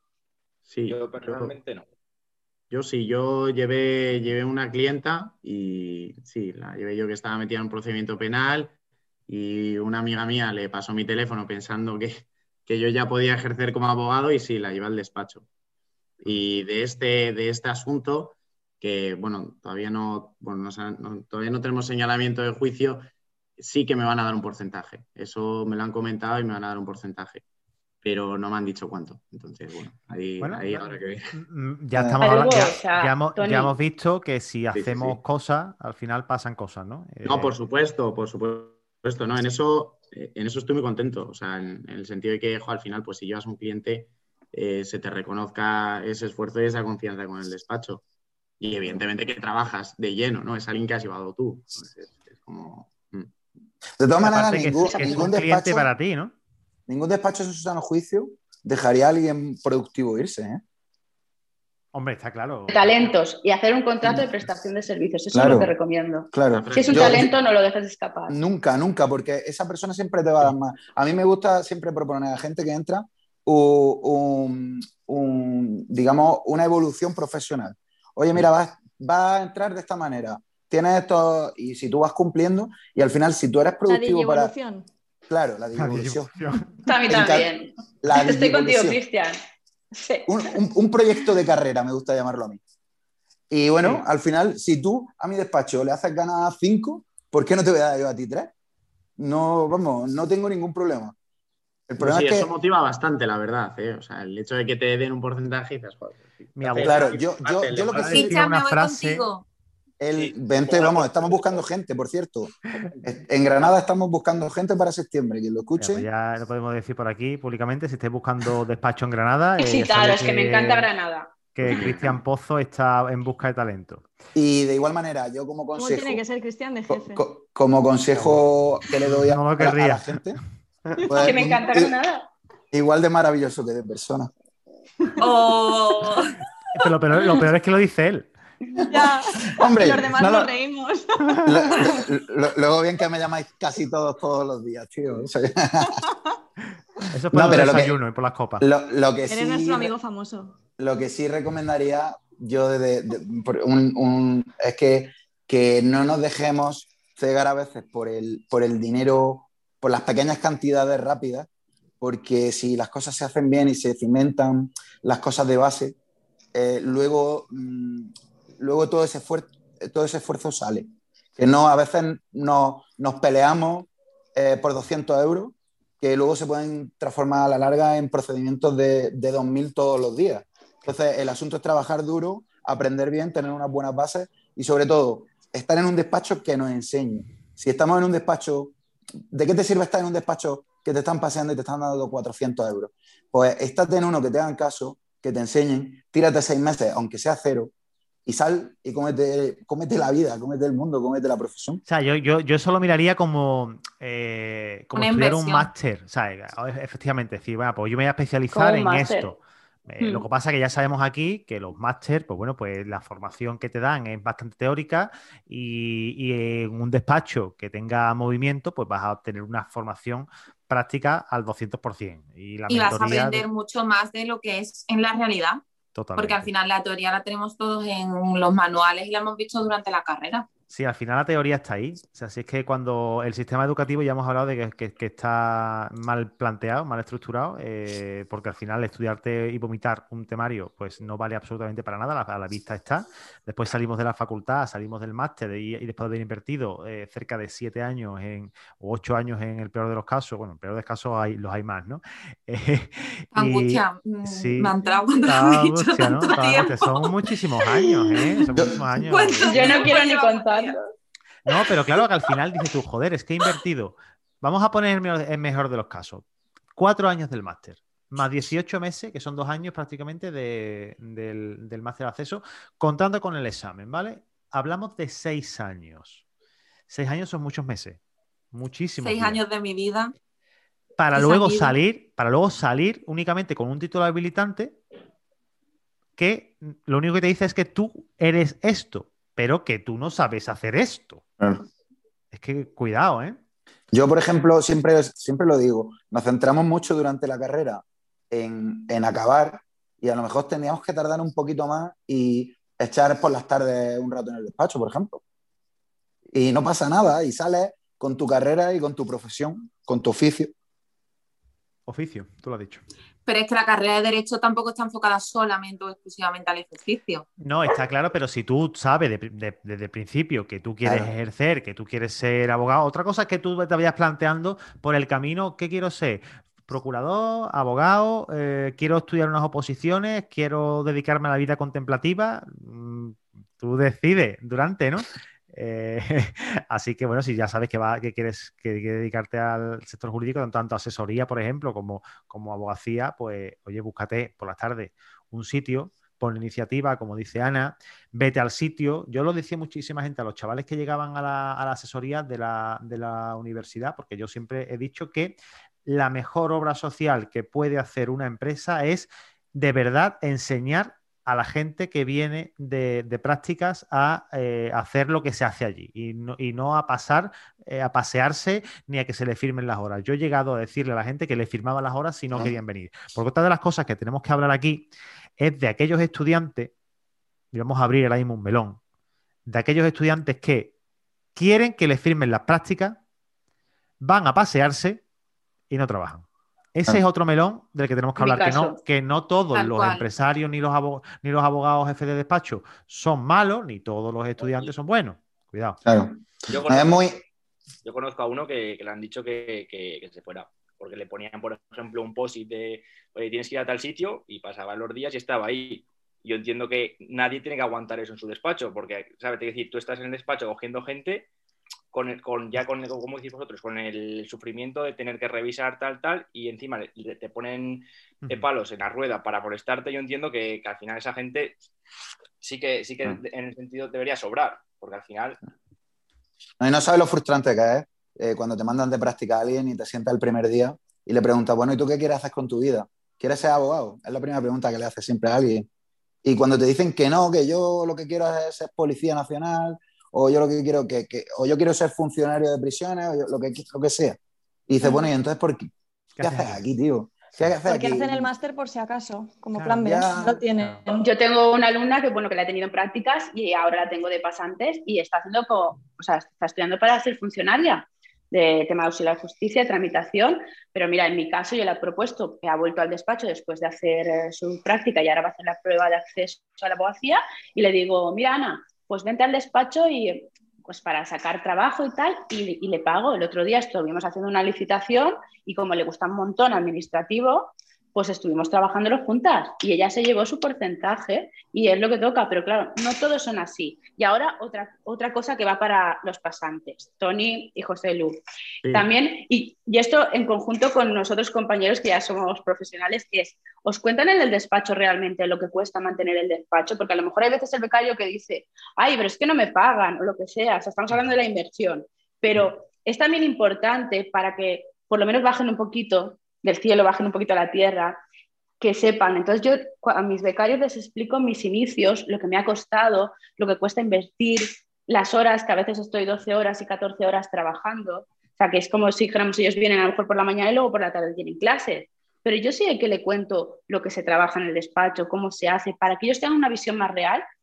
Sí. Yo personalmente no. Yo sí, yo llevé, llevé una clienta y sí, la llevé yo que estaba metida en un procedimiento penal y una amiga mía le pasó mi teléfono pensando que, que yo ya podía ejercer como abogado y sí, la llevé al despacho. Y de este, de este asunto, que bueno, todavía no, bueno, no, no, todavía no tenemos señalamiento de juicio, sí que me van a dar un porcentaje. Eso me lo han comentado y me van a dar un porcentaje. Pero no me han dicho cuánto. Entonces, bueno, ahí, bueno, ahí habrá que ver. Ya estamos hablando, ya, o sea, ya, hemos, Tony, ya hemos visto que si hacemos sí, sí, sí. cosas, al final pasan cosas, ¿no? No, Eh... por supuesto, por supuesto. No, en eso, en eso estoy muy contento. O sea, en, en el sentido de que, jo, al final, pues si llevas un cliente, eh, se te reconozca ese esfuerzo y esa confianza con el despacho. Y evidentemente que trabajas de lleno, ¿no? Es alguien que has llevado tú. Entonces, es, es como... Mm. De todas maneras, que ningún, es, que ningún es un despacho... cliente para ti, ¿no? Ningún despacho en su sano juicio dejaría a alguien productivo irse, ¿eh? Hombre, está claro. Talentos y hacer un contrato de prestación de servicios. Eso claro, es lo que recomiendo. Claro. Si es un yo, talento, yo, no lo dejes escapar. Nunca, nunca, porque esa persona siempre te va a dar más. A mí me gusta siempre proponer a gente que entra un, un, un, digamos, una evolución profesional. Oye, mira, vas, vas a entrar de esta manera. Tienes esto, y si tú vas cumpliendo, y al final, si tú eres productivo para... evolución. Claro, la digievolución. A mí también. La Estoy contigo, Cristian. Sí. Un, un, un proyecto de carrera, me gusta llamarlo a mí. Y bueno, sí. Al final, si tú a mi despacho le haces ganar cinco, ¿por qué no te voy a dar yo a ti tres? No, vamos, no tengo ningún problema. El problema sí, es que... eso motiva bastante, la verdad, ¿eh? O sea, el hecho de que te den un porcentaje y dices, joder, mi abuelo, claro, yo, yo, yo lo que sí... Cristian, me voy contigo. El, sí. Vente, vamos, estamos buscando gente, por cierto. En Granada estamos buscando gente para septiembre. Quien lo escuche. Ya, pues ya lo podemos decir por aquí públicamente. Si estáis buscando despacho en Granada. Sí, eh, claro, es que, que me encanta Granada. Que Cristian Pozo está en busca de talento. Y de igual manera, yo como consejo. ¿Cómo tiene que ser Cristian de jefe? Co como consejo que le doy a, no a, a la gente. Pues, que me encanta Granada. Igual de maravilloso que de persona. Oh. Pero, pero lo peor es que lo dice él. Ya, hombre, los demás no nos lo, reímos. Lo, lo, luego bien que me llamáis casi todos todos los días, tío. O sea, eso es por no, el desayuno que, y por las copas. Lo, lo que Eres sí, nuestro amigo famoso. Lo que sí recomendaría yo de, de, de, un, un, es que, que no nos dejemos cegar a veces por el, por el dinero, por las pequeñas cantidades rápidas, porque si las cosas se hacen bien y se cimentan las cosas de base, eh, luego... Mmm, luego todo ese esfuerzo, todo ese esfuerzo sale. Que no, a veces no, nos peleamos eh, por doscientos euros, que luego se pueden transformar a la larga en procedimientos de, de dos mil todos los días. Entonces, el asunto es trabajar duro, aprender bien, tener unas buenas bases y, sobre todo, estar en un despacho que nos enseñe. Si estamos en un despacho, ¿de qué te sirve estar en un despacho que te están paseando y te están dando cuatrocientos euros? Pues estate en uno que te hagan caso, que te enseñen, tírate seis meses, aunque sea cero, y sal y cómete, cómete la vida, cómete el mundo, cómete la profesión. O sea, yo, yo, yo eso lo miraría como, eh, como estudiar un máster. O sea, efectivamente, decir, bueno, pues yo me voy a especializar en master. esto. Eh, hmm. Lo que pasa es que ya sabemos aquí que los máster, pues bueno, pues la formación que te dan es bastante teórica y, y en un despacho que tenga movimiento, pues vas a obtener una formación práctica al doscientos por ciento. Y, la y vas a aprender de... mucho más de lo que es en la realidad. Totalmente. Porque al final la teoría la tenemos todos en los manuales y la hemos visto durante la carrera. Sí, al final la teoría está ahí. O sea, si es que cuando el sistema educativo ya hemos hablado de que, que- que está mal planteado, mal estructurado, eh, porque al final estudiarte y vomitar un temario pues no vale absolutamente para nada, a la, a la vista está. Después salimos de la facultad, salimos del máster y, y después de haber invertido eh, cerca de siete años en, o ocho años en el peor de los casos, bueno, en el peor de los casos hay, los hay más, ¿no? Eh, y Angustia, mm, sí, me ha entrado cuando lo toda has dicho angustia, ¿no? tanto Toda angustia. tiempo. Son muchísimos años, ¿eh? Son muchísimos años. ¿Cuánto Yo no tiempo quiero ni lleva contarlo. No, pero claro que al final dices tú, joder, es que he invertido. Vamos a poner el mejor, el mejor de los casos. Cuatro años del máster, más dieciocho meses, que son dos años prácticamente de- del, del máster de acceso, contando con el examen, ¿vale? Hablamos de seis años. Seis años son muchos meses, muchísimos Seis días. años de mi vida. Para que se luego han ido. salir, para luego salir únicamente con un título habilitante que lo único que te dice es que tú eres esto, pero que tú no sabes hacer esto. Claro. Es que cuidado, ¿eh? Yo, por ejemplo, siempre, siempre lo digo, nos centramos mucho durante la carrera en, en acabar y a lo mejor teníamos que tardar un poquito más y echar por las tardes un rato en el despacho, por ejemplo. Y no pasa nada y sales con tu carrera y con tu profesión, con tu oficio. Oficio, tú lo has dicho. Pero es que la carrera de Derecho tampoco está enfocada solamente o exclusivamente al ejercicio. No, está claro, pero si tú sabes de- de- desde el principio que tú quieres Claro. ejercer, que tú quieres ser abogado, otra cosa es que tú te vayas planteando por el camino, ¿qué quiero ser? Procurador, abogado, eh, quiero estudiar unas oposiciones, quiero dedicarme a la vida contemplativa. Mm, tú decides durante, ¿no? Eh, así que bueno, si ya sabes que, va, que quieres que, que dedicarte al sector jurídico, tanto asesoría, por ejemplo, como, como abogacía, pues oye, búscate por las tardes un sitio, pon iniciativa, como dice Ana, vete al sitio. Yo lo decía muchísima gente a los chavales que llegaban a la, a la asesoría de la, de la universidad, porque yo siempre he dicho que la mejor obra social que puede hacer una empresa es de verdad enseñar a la gente que viene de, de prácticas a eh, hacer lo que se hace allí y no, y no a pasar, eh, a pasearse ni a que se le firmen las horas. Yo he llegado a decirle a la gente que le firmaba las horas si no querían venir. Porque otra de las cosas que tenemos que hablar aquí es de aquellos estudiantes, y vamos a abrir ahora mismo un melón, de aquellos estudiantes que quieren que les firmen las prácticas, van a pasearse y no trabajan. Ese es otro melón del que tenemos que En mi hablar, que no, caso. que no todos Tal los cual. empresarios ni los, abog- ni los abogados jefes de despacho son malos, ni todos los estudiantes son buenos. Cuidado. Claro. Yo No, conozco, es muy... yo conozco a uno que, que le han dicho que, que- que se fuera, porque le ponían, por ejemplo, un post-it de, oye, tienes que ir a tal sitio, y pasaban los días y estaba ahí. Yo entiendo que nadie tiene que aguantar eso en su despacho, porque, ¿sabes? Te quiero decir, tú estás en el despacho cogiendo gente con, el, con ya con, como decís vosotros, con el sufrimiento de tener que revisar tal, tal, y encima le- le- te ponen eh, Ujú. palos en la rueda para molestarte. Yo entiendo que, que al final esa gente sí que, sí que Mm. en el sentido debería sobrar, porque al final... No, y no sabes lo frustrante que es eh, cuando te mandan de práctica a alguien y te sientas el primer día y le preguntas, bueno, ¿y tú qué quieres hacer con tu vida? ¿Quieres ser abogado? Es la primera pregunta que le hace siempre a alguien. Y cuando te dicen que no, que yo lo que quiero es ser policía nacional, o yo lo que quiero que, que o yo quiero ser funcionario de prisiones, o yo, lo, que, lo que sea. Y dices, Ujú. bueno, ¿y entonces por qué? ¿Qué haces aquí, tío? ¿Qué haces Porque aquí? hacen el máster por si acaso, como Claro, plan B. ya, No tienen. Yo tengo una alumna que, bueno, que la he tenido en prácticas y ahora la tengo de pasantes y está haciendo, co- o sea, está estudiando para ser funcionaria de tema de auxiliar de justicia, de tramitación, pero mira, en mi caso yo le he propuesto que ha vuelto al despacho después de hacer eh, su práctica y ahora va a hacer la prueba de acceso a la abogacía y le digo, mira Ana, pues vente al despacho y pues para sacar trabajo y tal, y, y le pago. El otro día estuvimos haciendo una licitación y como le gusta un montón administrativo, pues estuvimos trabajándolo juntas y ella se llevó su porcentaje y es lo que toca, pero claro, no todos son así. Y ahora otra, otra cosa que va para los pasantes, Tony y José Lu. Sí. También, y, y esto en conjunto con nosotros compañeros que ya somos profesionales, que es, ¿os cuentan en el despacho realmente lo que cuesta mantener el despacho? Porque a lo mejor hay veces el becario que dice, ay, pero es que no me pagan o lo que sea, o sea, estamos hablando de la inversión, pero es también importante para que por lo menos bajen un poquito del cielo, bajen un poquito a la tierra, que sepan. Entonces yo a mis becarios les explico mis inicios, lo que me ha costado, lo que cuesta invertir, las horas, que a veces estoy doce horas y catorce horas trabajando. O sea, que es como si dijéramos, ellos vienen a lo mejor por la mañana y luego por la tarde tienen clases. Pero yo sí que le cuento lo que se trabaja en el despacho, cómo se hace, para que ellos tengan una visión más real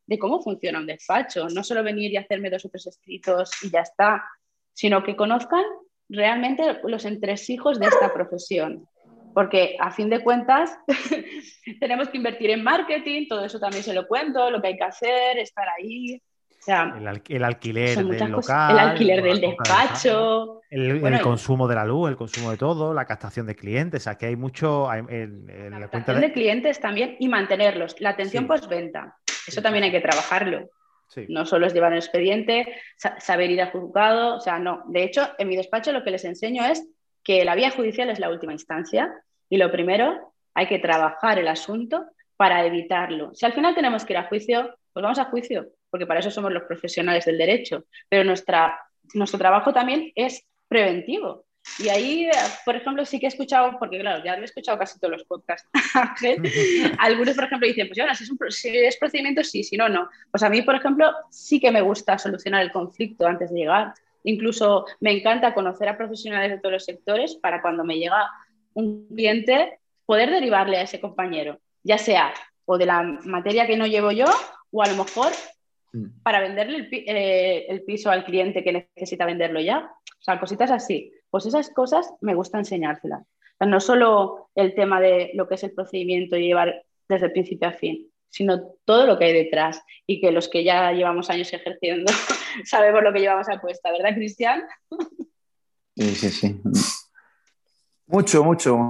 de cómo funciona un despacho, no solo venir y hacerme dos o tres escritos y ya está, sino que conozcan realmente los entresijos de esta profesión. Porque a fin de cuentas tenemos que invertir en marketing, todo eso también se lo cuento, lo que hay que hacer, estar ahí. O sea, el, al, el alquiler del cosas, local, el alquiler del despacho, el, bueno, el consumo de la luz, el consumo de todo, la captación de clientes, o sea que hay mucho hay, en, en la la captación cuenta de... de clientes también y mantenerlos, la atención sí. postventa, eso sí, también sí. hay que trabajarlo. Sí. No solo es llevar el expediente, sa saber ir al juzgado, o sea, no. De hecho, en mi despacho lo que les enseño es que la vía judicial es la última instancia y lo primero, hay que trabajar el asunto para evitarlo. Si al final tenemos que ir a juicio, pues vamos a juicio, porque para eso somos los profesionales del derecho, pero nuestra, nuestro trabajo también es preventivo. Y ahí, por ejemplo, sí que he escuchado, porque claro, ya he escuchado casi todos los podcasts, Ángel, algunos, por ejemplo, dicen, pues ya, si es, un, si es procedimiento, sí, si no, no. Pues a mí, por ejemplo, sí que me gusta solucionar el conflicto antes de llegar. Incluso me encanta conocer a profesionales de todos los sectores para cuando me llega un cliente, poder derivarle a ese compañero, ya sea o de la materia que no llevo yo, o a lo mejor para venderle el, eh, el piso al cliente que necesita venderlo ya. O sea, cositas así. Pues esas cosas me gusta enseñárselas. O sea, no solo el tema de lo que es el procedimiento y llevar desde el principio a fin, sino todo lo que hay detrás y que los que ya llevamos años ejerciendo sabemos lo que llevamos a cuesta, ¿verdad, Cristian? Sí, sí, sí. Mucho, mucho.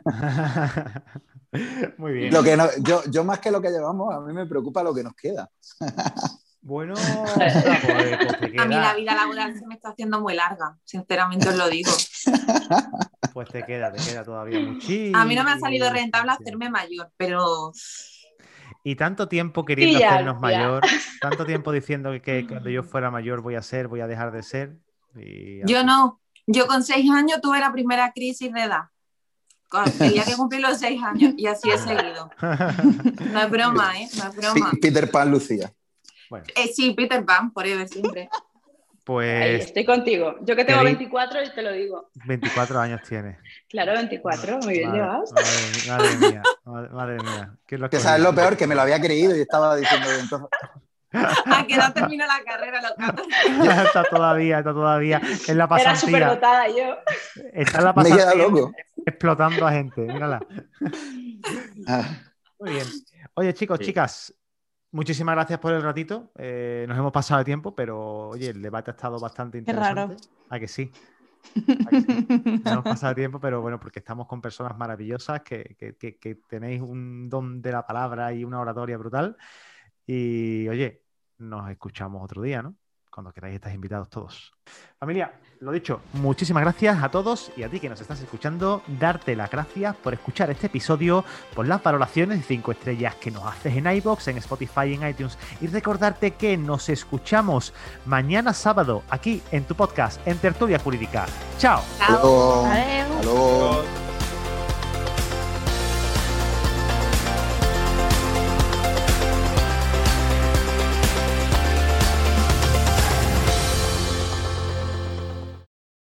Muy bien. Lo que no, yo, yo más que lo que llevamos, a mí me preocupa lo que nos queda. Bueno, pues, pues te queda... A mí la vida laboral se me está haciendo muy larga, sinceramente os lo digo. Pues te queda, te queda todavía muchísimo. A mí no me ha salido rentable hacerme mayor, pero... Y tanto tiempo queriendo ya, hacernos ya. mayor, tanto tiempo diciendo que, que cuando yo fuera mayor voy a ser, voy a dejar de ser. Y... Yo no. Yo con seis años tuve la primera crisis de edad. Tenía que cumplir los seis años y así he seguido. No es broma, ¿eh? No es broma. Peter Pan, Lucía. Bueno. Eh, sí, Peter Pan, forever, siempre. Pues... Ahí, estoy contigo. Yo que tengo veinticuatro y te lo digo. veinticuatro años tienes. Claro, veinticuatro, muy bien madre, llevas. Madre, madre mía, madre, madre mía. ¿Qué es lo que, que sabes lo peor? Que me lo había creído y estaba diciendo... Entonces... A que no termino la carrera, los catorce. Está todavía, está todavía en la pasantía. Era superdotada yo. Está en la pasantía. Me queda loco. Explotando a gente, mírala. Ah. Muy bien. Oye, chicos, sí. chicas, muchísimas gracias por el ratito. Eh, nos hemos pasado de tiempo, pero oye, el debate ha estado bastante interesante. Qué raro. ¿A que sí? ¿A que sí? Nos hemos pasado de tiempo, pero bueno, porque estamos con personas maravillosas que, que, que, que tenéis un don de la palabra y una oratoria brutal. Y oye, nos escuchamos otro día, ¿no? Cuando queráis estáis invitados todos. Familia, lo dicho, muchísimas gracias a todos y a ti que nos estás escuchando, darte las gracias por escuchar este episodio, por las valoraciones de cinco estrellas que nos haces en iVoox, en Spotify, en iTunes, y recordarte que nos escuchamos mañana sábado aquí en tu podcast, en Tertulia Jurídica. ¡Chao! Chao. Hasta luego. Hasta luego.